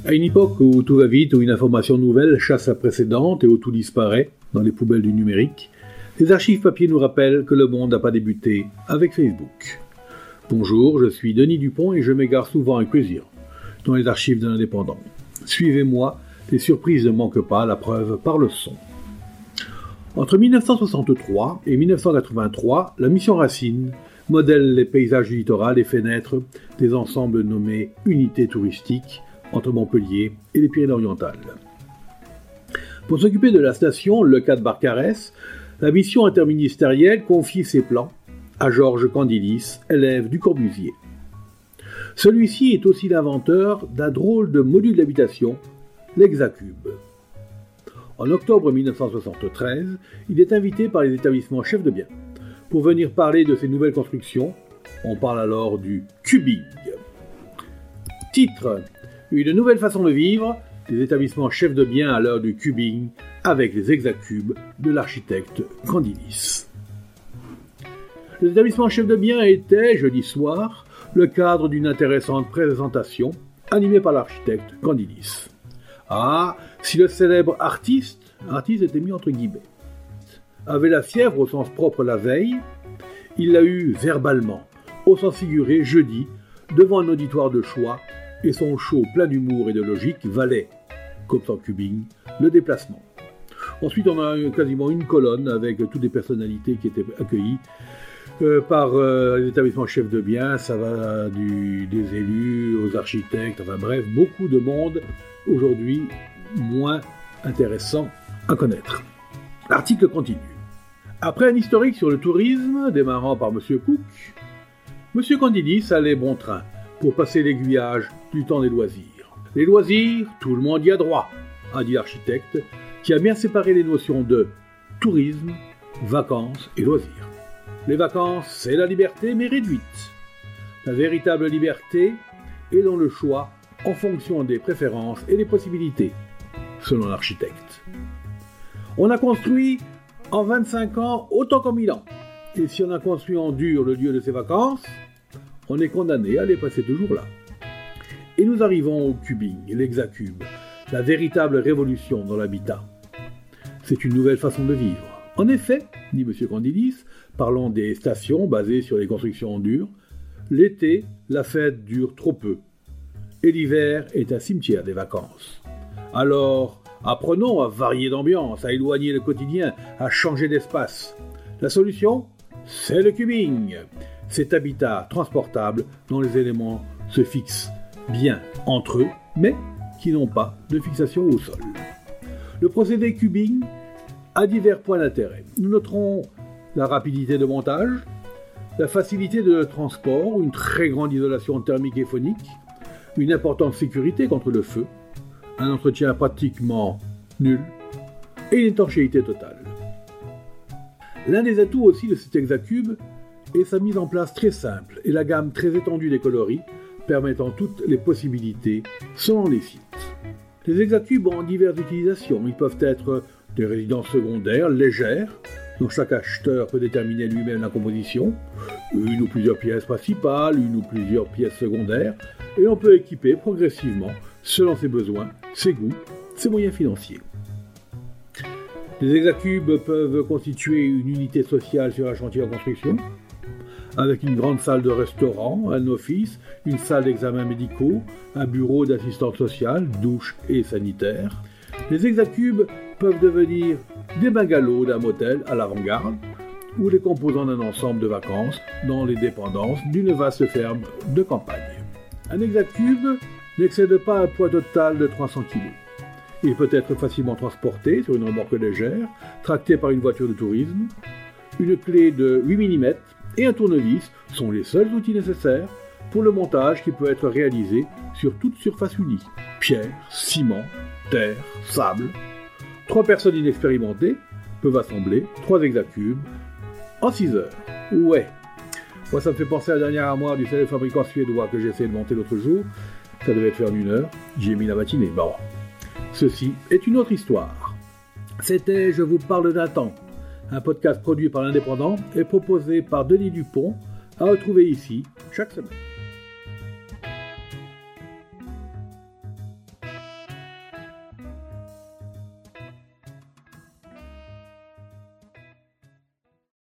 À une époque où tout va vite, où une information nouvelle chasse la précédente et où tout disparaît dans les poubelles du numérique, les archives papier nous rappellent que le monde n'a pas débuté avec Facebook. Bonjour, je suis Denis Dupont et je m'égare souvent avec plaisir dans les archives de l'Indépendant. Suivez-moi, les surprises ne manquent pas, la preuve par le son. Entre 1963 et 1983, la mission Racine modèle les paysages du littoral et fait naître des ensembles nommés unités touristiques entre Montpellier et les Pyrénées-Orientales. Pour s'occuper de la station Le Cap Barcarès, la mission interministérielle confie ses plans à Georges Candilis, élève du Corbusier. Celui-ci est aussi l'inventeur d'un drôle de module d'habitation, l'Hexacube. En octobre 1973, il est invité par les établissements chefs de biens pour venir parler de ces nouvelles constructions. On parle alors du cubing. Titre : une nouvelle façon de vivre des établissements chefs de biens à l'heure du cubing avec les hexacubes de l'architecte Candilis. Les établissements chefs de biens étaient, jeudi soir, le cadre d'une intéressante présentation animée par l'architecte Candilis. Ah, si le célèbre artiste était mis entre guillemets, avait la fièvre au sens propre la veille, il l'a eu verbalement, au sens figuré jeudi, devant un auditoire de choix, et son show plein d'humour et de logique valait, comme sans cubing, le déplacement. Ensuite, on a quasiment une colonne avec toutes les personnalités qui étaient accueillies par les établissements chefs de biens. Ça va des élus aux architectes, enfin bref, beaucoup de monde aujourd'hui moins intéressant à connaître. L'article continue. Après un historique sur le tourisme, démarrant par M. Cook, M. Candilis allait bon train pour passer l'aiguillage du temps des loisirs. Les loisirs, tout le monde y a droit, a dit l'architecte, qui a bien séparé les notions de tourisme, vacances et loisirs. Les vacances, c'est la liberté, mais réduite. La véritable liberté est dans le choix en fonction des préférences et des possibilités, selon l'architecte. On a construit en 25 ans autant qu'en 1000 ans. Et si on a construit en dur le lieu de ses vacances, on est condamné à les passer toujours là. Et nous arrivons au cubing, l'hexacube, la véritable révolution dans l'habitat. C'est une nouvelle façon de vivre. En effet, dit M. Candilis, parlons des stations basées sur les constructions en dur, l'été, la fête dure trop peu. Et l'hiver est un cimetière des vacances. Alors, apprenons à varier d'ambiance, à éloigner le quotidien, à changer d'espace. La solution, c'est le cubing. Cet habitat transportable dont les éléments se fixent bien entre eux, mais qui n'ont pas de fixation au sol. Le procédé cubing a divers points d'intérêt. Nous noterons la rapidité de montage, la facilité de transport, une très grande isolation thermique et phonique, une importante sécurité contre le feu, un entretien pratiquement nul et une étanchéité totale. L'un des atouts aussi de cet hexacube est sa mise en place très simple et la gamme très étendue des coloris permettant toutes les possibilités selon les sites. Les hexacubes ont diverses utilisations. Ils peuvent être des résidences secondaires légères, dont chaque acheteur peut déterminer lui-même la composition, une ou plusieurs pièces principales, une ou plusieurs pièces secondaires, et on peut équiper progressivement, selon ses besoins, ses goûts, ses moyens financiers. Les hexacubes peuvent constituer une unité sociale sur un chantier en construction, avec une grande salle de restaurant, un office, une salle d'examens médicaux, un bureau d'assistance sociale, douche et sanitaire. Les hexacubes peuvent devenir des bungalows d'un motel à l'avant-garde ou les composants d'un ensemble de vacances dans les dépendances d'une vaste ferme de campagne. Un hexacube n'excède pas un poids total de 300 kg. Il peut être facilement transporté sur une remorque légère, tracté par une voiture de tourisme. Une clé de 8 mm et un tournevis sont les seuls outils nécessaires pour le montage qui peut être réalisé sur toute surface unie. Pierre, ciment, terre, sable. 3 personnes inexpérimentées peuvent assembler 3 hexacubes en 6 heures. Ouais. Moi, ça me fait penser à la dernière armoire du célèbre fabricant suédois que j'ai essayé de monter l'autre jour. Ça devait être fait en 1 heure. J'y ai mis la matinée. Bon. Ceci est une autre histoire. C'était Je vous parle d'un temps, un podcast produit par l'Indépendant et proposé par Denis Dupont, à retrouver ici chaque semaine.